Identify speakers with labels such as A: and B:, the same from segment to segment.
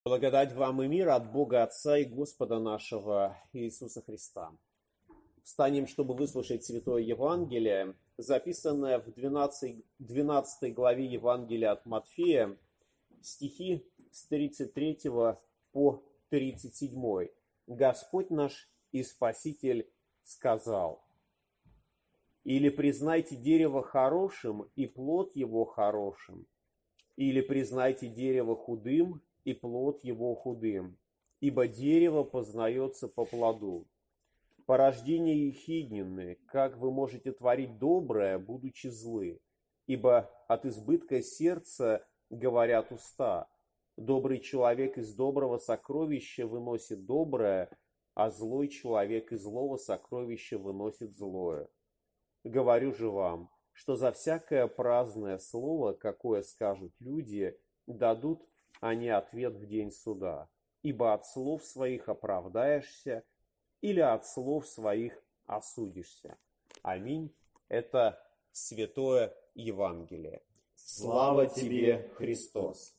A: Благодать вам и мир от Бога Отца и Господа нашего Иисуса Христа. Встанем, чтобы выслушать Святое Евангелие, записанное в 12 главе Евангелия от Матфея, стихи с 33 по 37. Господь наш и Спаситель сказал: «Или признайте дерево хорошим, и плод его хорошим, или признайте дерево худым, и плод его худым, ибо дерево познается по плоду. Порождение ехиднины, как вы можете творить доброе, будучи злы? Ибо от избытка сердца говорят уста. Добрый человек из доброго сокровища выносит доброе, а злой человек из злого сокровища выносит злое. Говорю же вам, что за всякое праздное слово, какое скажут люди, дадут они ответ в день суда. Ибо от слов своих оправдаешься, или от слов своих осудишься». Аминь. Это Святое Евангелие. Слава тебе, Христос!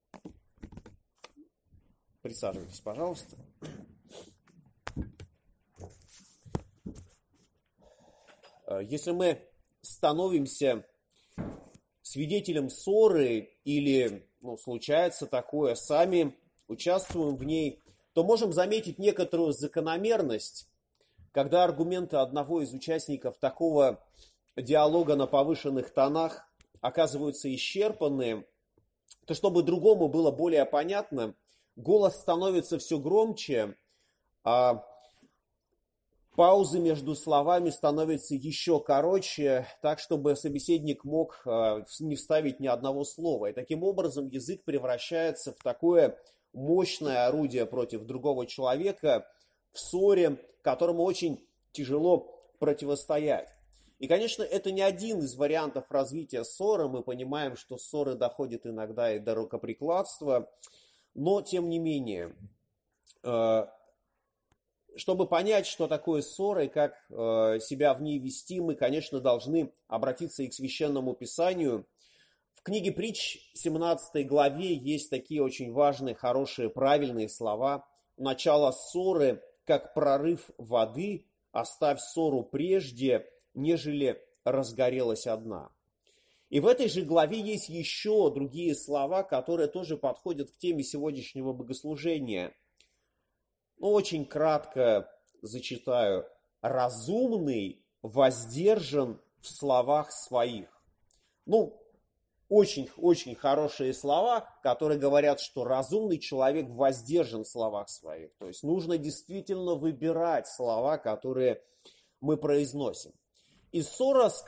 A: Присаживайтесь, пожалуйста. Если мы становимся свидетелем ссоры или, случается такое, сами участвуем в ней, то можем заметить некоторую закономерность, когда аргументы одного из участников такого диалога на повышенных тонах оказываются исчерпаны, то чтобы другому было более понятно, голос становится все громче, а паузы между словами становятся еще короче, так, чтобы собеседник мог не вставить ни одного слова. И таким образом язык превращается в такое мощное орудие против другого человека в ссоре, которому очень тяжело противостоять. И, конечно, это не один из вариантов развития ссоры. Мы понимаем, что ссоры доходят иногда и до рукоприкладства, но, тем не менее, чтобы понять, что такое ссора и как себя в ней вести, мы, конечно, должны обратиться и к Священному Писанию. В книге Притч, 17 главе, есть такие очень важные, хорошие, правильные слова. «Начало ссоры, как прорыв воды, оставь ссору прежде, нежели разгорелась одна». И в этой же главе есть еще другие слова, которые тоже подходят к теме сегодняшнего богослужения. Очень кратко зачитаю. «Разумный воздержан в словах своих». Очень хорошие слова, которые говорят, что разумный человек воздержан в словах своих. То есть нужно действительно выбирать слова, которые мы произносим. И ссора, с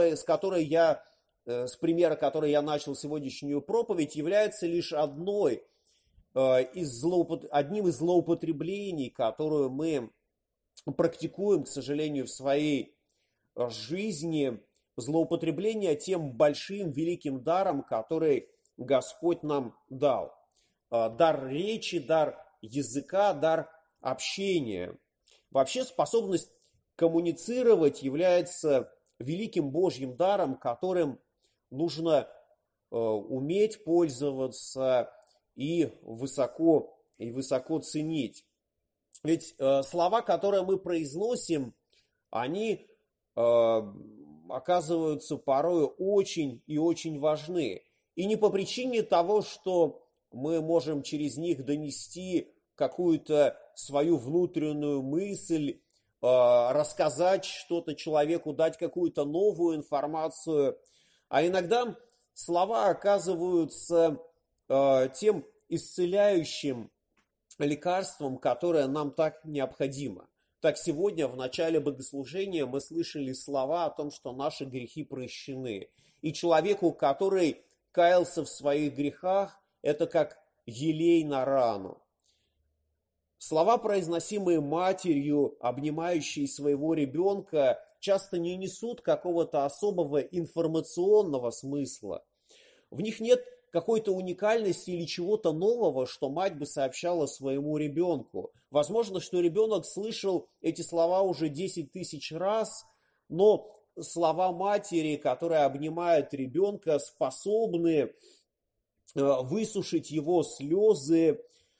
A: примера которой я начал сегодняшнюю проповедь, является лишь одним из злоупотреблений, которую мы практикуем, к сожалению, в своей жизни, злоупотребление тем большим, великим даром, который Господь нам дал. Дар речи, дар языка, дар общения. Вообще способность коммуницировать является великим Божьим даром, которым нужно уметь пользоваться и высоко ценить. Ведь слова, которые мы произносим, они оказываются порой очень и очень важны. И не по причине того, что мы можем через них донести какую-то свою внутреннюю мысль, рассказать что-то человеку, дать какую-то новую информацию. А иногда слова оказываются тем исцеляющим лекарством, которое нам так необходимо. Так сегодня в начале богослужения мы слышали слова о том, что наши грехи прощены. И человеку, который каялся в своих грехах, это как елей на рану. Слова, произносимые матерью, обнимающей своего ребенка, часто не несут какого-то особого информационного смысла. В них нет какой-то уникальности или чего-то нового, что мать бы сообщала своему ребенку. Возможно, что ребенок слышал эти слова уже 10 тысяч раз, но слова матери, которые обнимают ребенка, способны высушить его слезы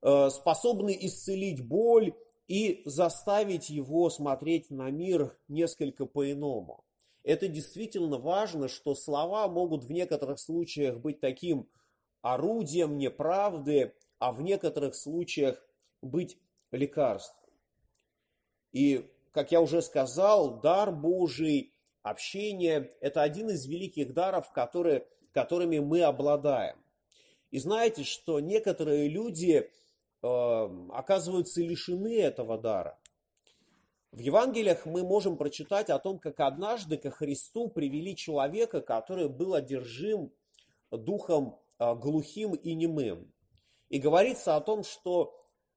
A: способны исцелить боль и заставить его смотреть на мир несколько по-иному. Это действительно важно, что слова могут в некоторых случаях быть таким орудием неправды, а в некоторых случаях быть лекарством. И, как я уже сказал, дар Божий, общение – это один из великих даров, которыми мы обладаем. И знаете, что некоторые люди оказываются лишены этого дара. В Евангелиях мы можем прочитать о том, как однажды ко Христу привели человека, который был одержим духом глухим и немым. И говорится о том, что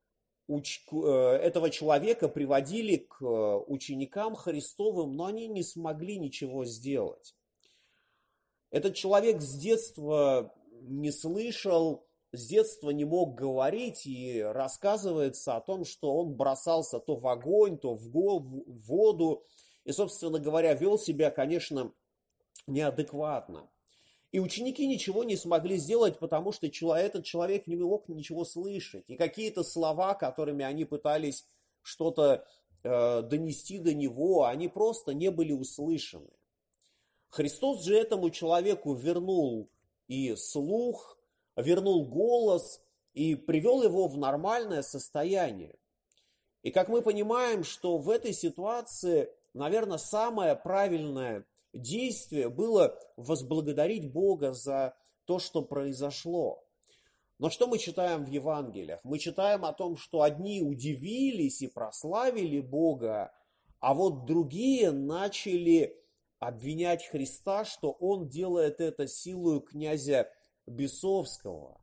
A: этого человека приводили к ученикам Христовым, но они не смогли ничего сделать. Этот человек с детства не слышал, с детства не мог говорить, и рассказывается о том, что он бросался то в огонь, то в воду, и, собственно говоря, вел себя, конечно, неадекватно. И ученики ничего не смогли сделать, потому что этот человек не мог ничего слышать. И какие-то слова, которыми они пытались что-то донести до него, они просто не были услышаны. Христос же этому человеку вернул и слух, вернул голос и привел его в нормальное состояние. И как мы понимаем, что в этой ситуации, наверное, самое правильное действие было возблагодарить Бога за то, что произошло. Но что мы читаем в Евангелиях? Мы читаем о том, что одни удивились и прославили Бога, а вот другие начали обвинять Христа, что Он делает это силою князя Бесовского.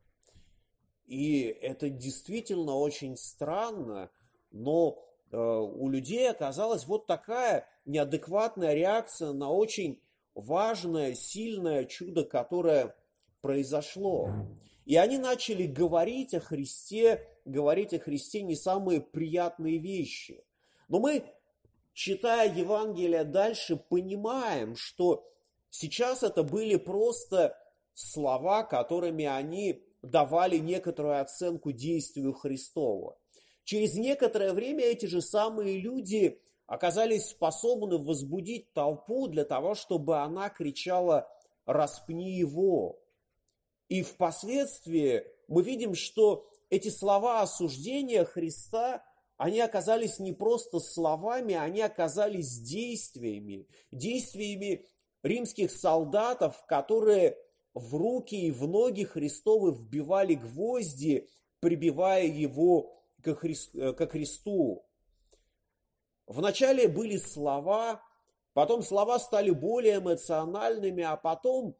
A: И это действительно очень странно, но у людей оказалась вот такая неадекватная реакция на очень важное, сильное чудо, которое произошло. И они начали говорить о Христе не самые приятные вещи. Но мы, читая Евангелие дальше, понимаем, что сейчас это были просто слова, которыми они давали некоторую оценку действию Христову. Через некоторое время эти же самые люди оказались способны возбудить толпу для того, чтобы она кричала «распни его». И впоследствии мы видим, что эти слова осуждения Христа, они оказались не просто словами, они оказались действиями римских солдатов, которые в руки и в ноги Христовы вбивали гвозди, прибивая его ко Христу. Вначале были слова, потом слова стали более эмоциональными, а потом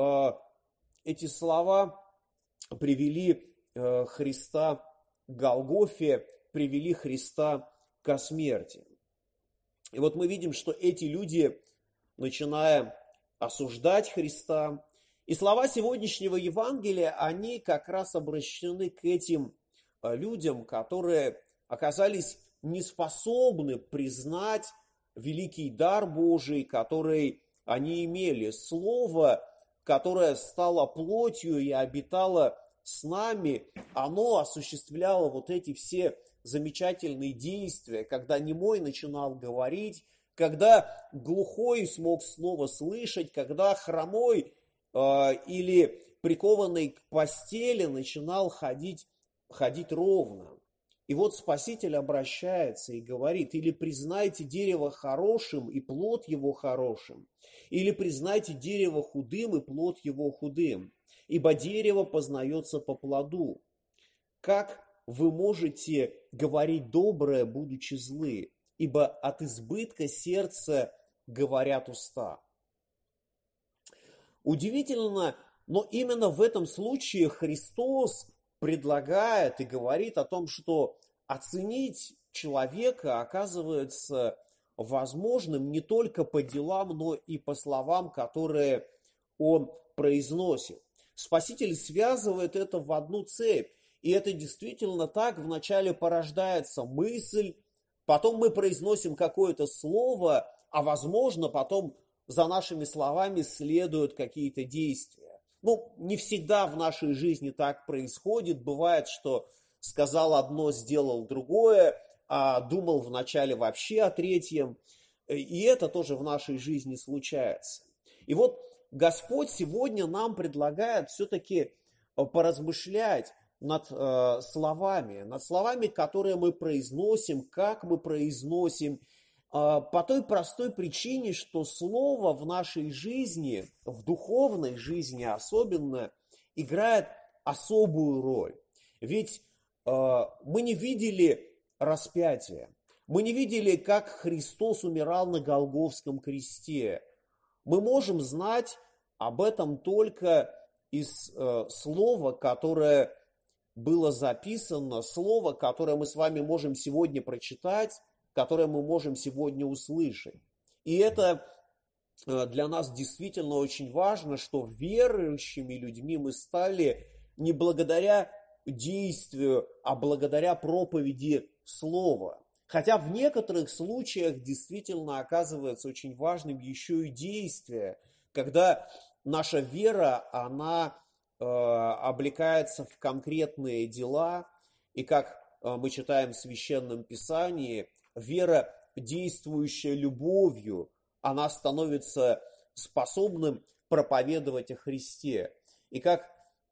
A: эти слова привели Христа к Голгофе, привели Христа ко смерти. И вот мы видим, что эти люди, начиная осуждать Христа, и слова сегодняшнего Евангелия, они как раз обращены к этим людям, которые оказались неспособны признать великий дар Божий, который они имели. Слово, которое стало плотью и обитало с нами, оно осуществляло вот эти все замечательные действия, когда немой начинал говорить, когда глухой смог снова слышать, когда хромой или прикованный к постели начинал ходить ровно. И вот Спаситель обращается и говорит: или признайте дерево хорошим, и плод его хорошим, или признайте дерево худым, и плод его худым, ибо дерево познается по плоду. Как вы можете говорить доброе, будучи злы, ибо от избытка сердца говорят уста. Удивительно, но именно в этом случае Христос предлагает и говорит о том, что оценить человека оказывается возможным не только по делам, но и по словам, которые он произносит. Спаситель связывает это в одну цепь. И это действительно так. Вначале порождается мысль, потом мы произносим какое-то слово, а возможно потом за нашими словами следуют какие-то действия. Не всегда в нашей жизни так происходит. Бывает, что сказал одно, сделал другое, а думал вначале вообще о третьем. И это тоже в нашей жизни случается. И вот Господь сегодня нам предлагает все-таки поразмышлять над словами, которые мы произносим, как мы произносим, по той простой причине, что слово в нашей жизни, в духовной жизни особенно, играет особую роль. Ведь мы не видели распятия, мы не видели, как Христос умирал на Голгофском кресте. Мы можем знать об этом только из слова, которое было записано, слово, которое мы с вами можем сегодня прочитать, которое мы можем сегодня услышать. И это для нас действительно очень важно, что верующими людьми мы стали не благодаря действию, а благодаря проповеди слова. Хотя в некоторых случаях действительно оказывается очень важным еще и действие, когда наша вера, она облекается в конкретные дела, и как мы читаем в Священном Писании, вера, действующая любовью, она становится способным проповедовать о Христе. И как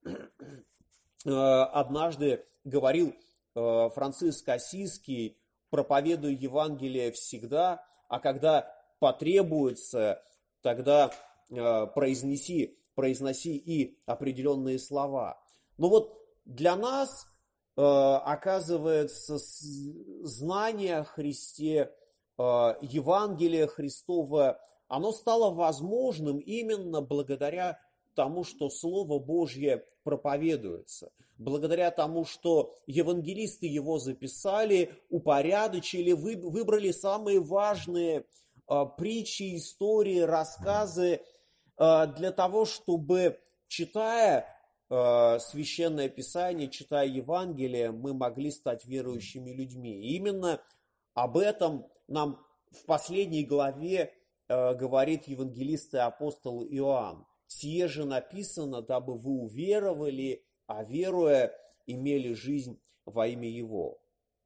A: однажды говорил Франциск Ассизский, проповедуй Евангелие всегда, а когда потребуется, тогда произноси и определенные слова. Но вот для нас, оказывается, знание о Христе, Евангелие Христово, оно стало возможным именно благодаря тому, что Слово Божье проповедуется, благодаря тому, что евангелисты его записали, упорядочили, выбрали самые важные притчи, истории, рассказы для того, чтобы, читая Священное Писание, читая Евангелие, мы могли стать верующими людьми. И именно об этом нам в последней главе говорит евангелист и апостол Иоанн. «Сие же написано, дабы вы уверовали, а веруя, имели жизнь во имя Его».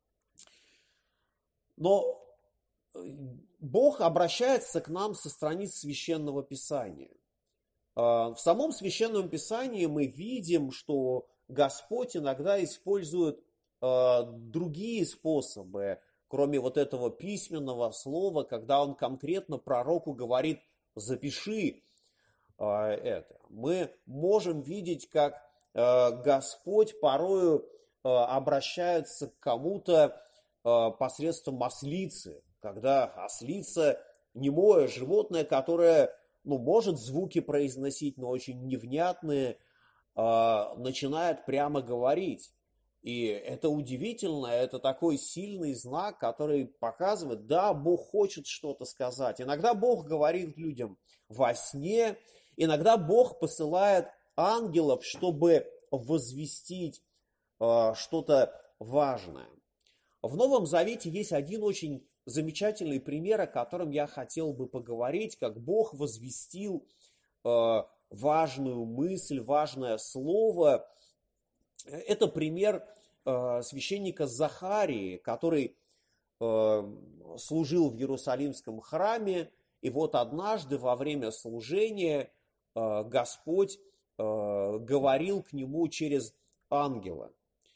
A: Но Бог обращается к нам со страниц Священного Писания. В самом Священном Писании мы видим, что Господь иногда использует другие способы, кроме вот этого письменного слова, когда Он конкретно пророку говорит «запиши это». Мы можем видеть, как Господь порою обращается к кому-то посредством ослицы, когда ослица немое животное, которое может звуки произносить, но очень невнятные, начинает прямо говорить. И это удивительно, это такой сильный знак, который показывает, да, Бог хочет что-то сказать. Иногда Бог говорит людям во сне, иногда Бог посылает ангелов, чтобы возвестить что-то важное. В Новом Завете есть один очень замечательный пример, о котором я хотел бы поговорить, как Бог возвестил важную мысль, важное слово. Это пример священника Захарии, который служил в Иерусалимском храме, и вот однажды во время служения Господь говорил к нему через ангела.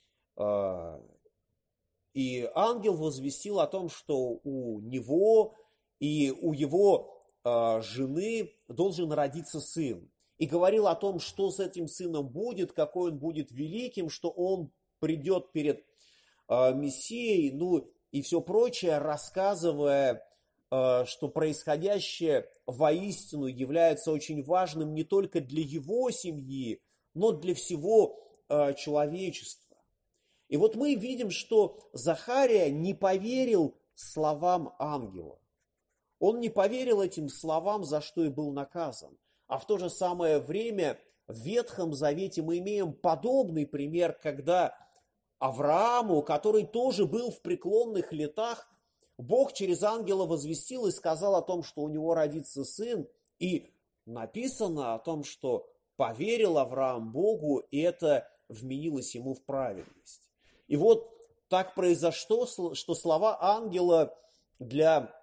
A: И ангел возвестил о том, что у него и у его жены должен родиться сын. И говорил о том, что с этим сыном будет, какой он будет великим, что он придет перед Мессией, и все прочее, рассказывая, что происходящее воистину является очень важным не только для его семьи, но для всего человечества. И вот мы видим, что Захария не поверил словам ангела. Он не поверил этим словам, за что и был наказан. А в то же самое время в Ветхом Завете мы имеем подобный пример, когда Аврааму, который тоже был в преклонных летах, Бог через ангела возвестил и сказал о том, что у него родится сын. И написано о том, что поверил Авраам Богу, и это вменилось ему в праведность. И вот так произошло, что слова ангела для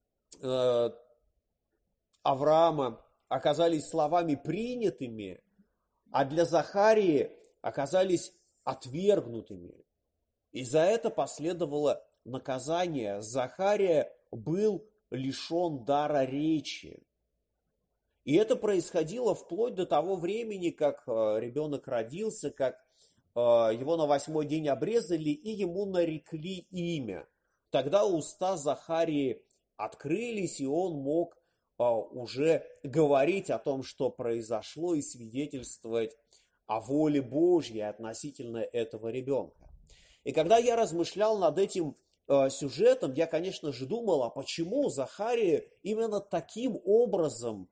A: Авраама оказались словами принятыми, а для Захарии оказались отвергнутыми. И за это последовало наказание. Захария был лишен дара речи. И это происходило вплоть до того времени, как ребенок родился, как его на 8-й день обрезали и ему нарекли имя. Тогда уста Захарии открылись, и он мог уже говорить о том, что произошло, и свидетельствовать о воле Божьей относительно этого ребенка. И когда я размышлял над этим сюжетом, я, конечно же, думал, а почему Захарию именно таким образом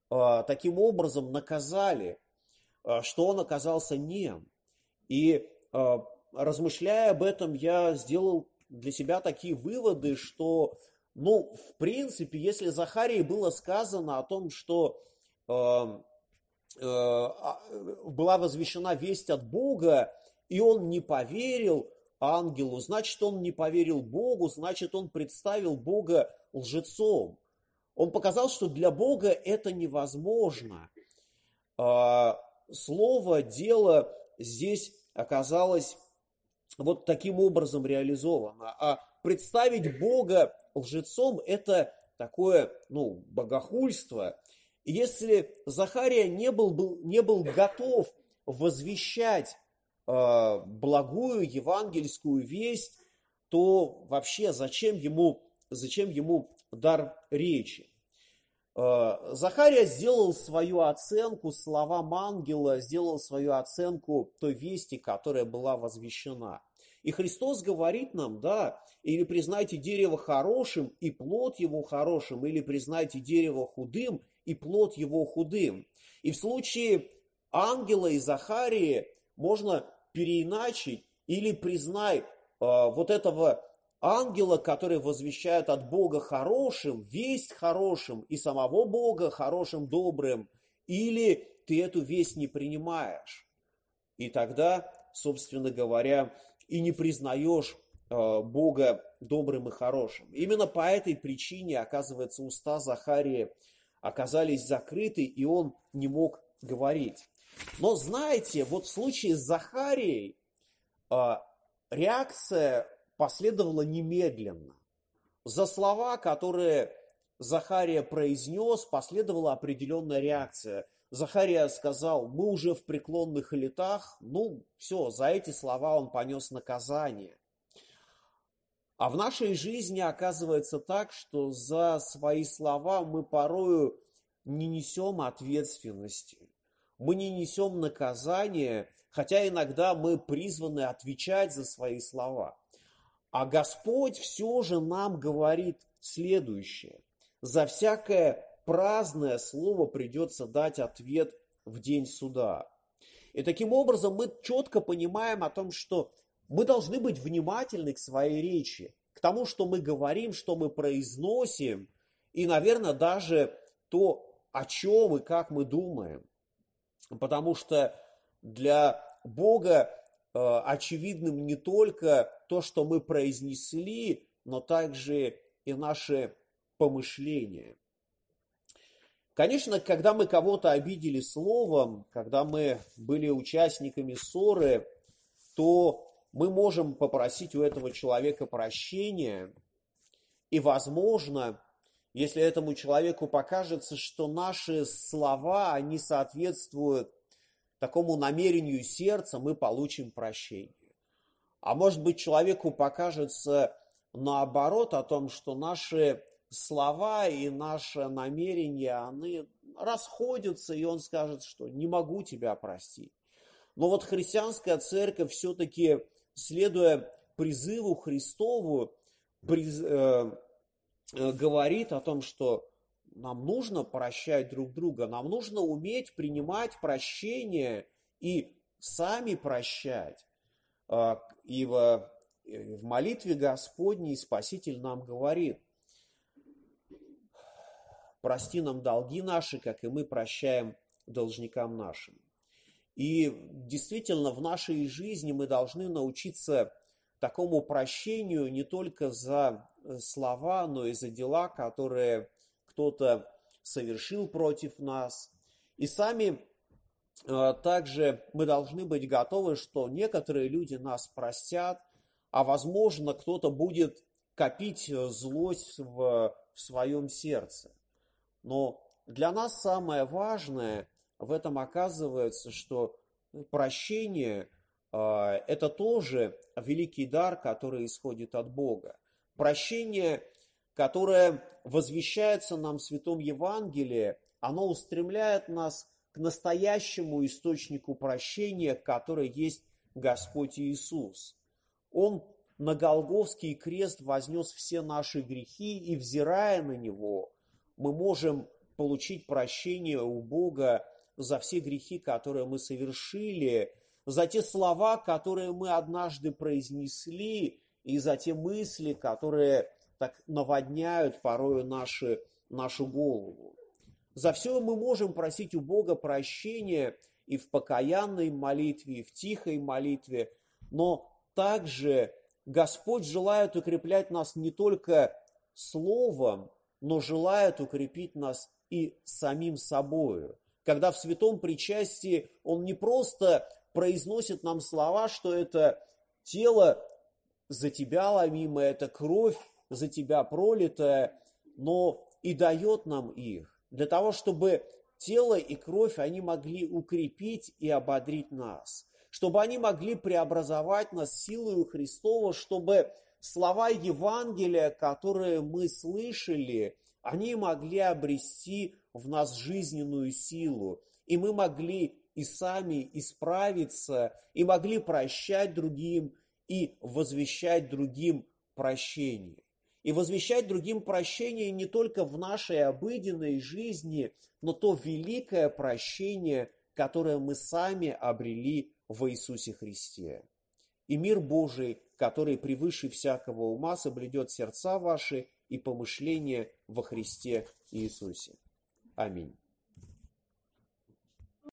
A: наказали, что он оказался нем. И размышляя об этом, я сделал для себя такие выводы, что, в принципе, если Захарии было сказано о том, что была возвещена весть от Бога, и он не поверил ангелу, значит, он не поверил Богу, значит, он представил Бога лжецом. Он показал, что для Бога это невозможно. Слово, дело здесь оказалось вот таким образом реализовано. А представить Бога лжецом – это такое, богохульство. И если Захария не был готов возвещать благую евангельскую весть, то вообще зачем ему дар речи? Захария сделал свою оценку словам ангела, сделал свою оценку той вести, которая была возвещена. И Христос говорит нам, или признайте дерево хорошим, и плод его хорошим, или признайте дерево худым, и плод его худым. И в случае ангела и Захарии можно переиначить или признай вот этого ангела, который возвещает от Бога хорошим, весть хорошим, и самого Бога хорошим, добрым, или ты эту весть не принимаешь. И тогда, собственно говоря, и не признаешь Бога добрым и хорошим. Именно по этой причине, оказывается, уста Захарии оказались закрыты, и он не мог говорить. Но знаете, вот в случае с Захарией реакция последовала немедленно. За слова, которые Захария произнес, последовала определенная реакция. Захария сказал: мы уже в преклонных летах, все, за эти слова он понес наказание. А в нашей жизни оказывается так, что за свои слова мы порою не несем ответственности, мы не несем наказания, хотя иногда мы призваны отвечать за свои слова. А Господь все же нам говорит следующее: за всякое праздное слово придется дать ответ в день суда. И таким образом мы четко понимаем о том, что мы должны быть внимательны к своей речи, к тому, что мы говорим, что мы произносим, и, наверное, даже то, о чем и как мы думаем. Потому что для Бога очевидным не только то, что мы произнесли, но также и наши помышления. Конечно, когда мы кого-то обидели словом, когда мы были участниками ссоры, то мы можем попросить у этого человека прощения. И, возможно, если этому человеку покажется, что наши слова, они соответствуют такому намерению сердца, мы получим прощение. А может быть, человеку покажется наоборот о том, что наши слова и наше намерение, они расходятся, и он скажет, что не могу тебя простить. Но вот христианская церковь все-таки, следуя призыву Христову, говорит о том, что нам нужно прощать друг друга, нам нужно уметь принимать прощение и сами прощать. И в молитве Господней Спаситель нам говорит: прости нам долги наши, как и мы прощаем должникам нашим. И действительно, в нашей жизни мы должны научиться такому прощению не только за слова, но и за дела, которые кто-то совершил против нас. И сами также мы должны быть готовы, что некоторые люди нас простят, а возможно, кто-то будет копить злость в своем сердце. Но для нас самое важное в этом оказывается, что прощение это тоже великий дар, который исходит от Бога. Прощение, которое возвещается нам в Святом Евангелии, оно устремляет нас к настоящему источнику прощения, который есть Господь Иисус. Он на Голгофский крест вознес все наши грехи, и, взирая на Него, мы можем получить прощение у Бога за все грехи, которые мы совершили, за те слова, которые мы однажды произнесли, и за те мысли, которые так наводняют порою нашу голову. За все мы можем просить у Бога прощения и в покаянной молитве, и в тихой молитве, но также Господь желает укреплять нас не только словом, но желает укрепить нас и самим собою. Когда в святом причастии Он не просто произносит нам слова, что это тело за тебя ломимое, это кровь за тебя пролитая, но и дает нам их, для того, чтобы тело и кровь, они могли укрепить и ободрить нас, чтобы они могли преобразовать нас силою Христова, чтобы слова Евангелия, которые мы слышали, они могли обрести в нас жизненную силу, и мы могли и сами исправиться, и могли прощать другим, и возвещать другим прощение. И возвещать другим прощение не только в нашей обыденной жизни, но то великое прощение, которое мы сами обрели в Иисусе Христе. И мир Божий, который превыше всякого ума, соблюдет сердца ваши и помышления во Христе Иисусе. Аминь.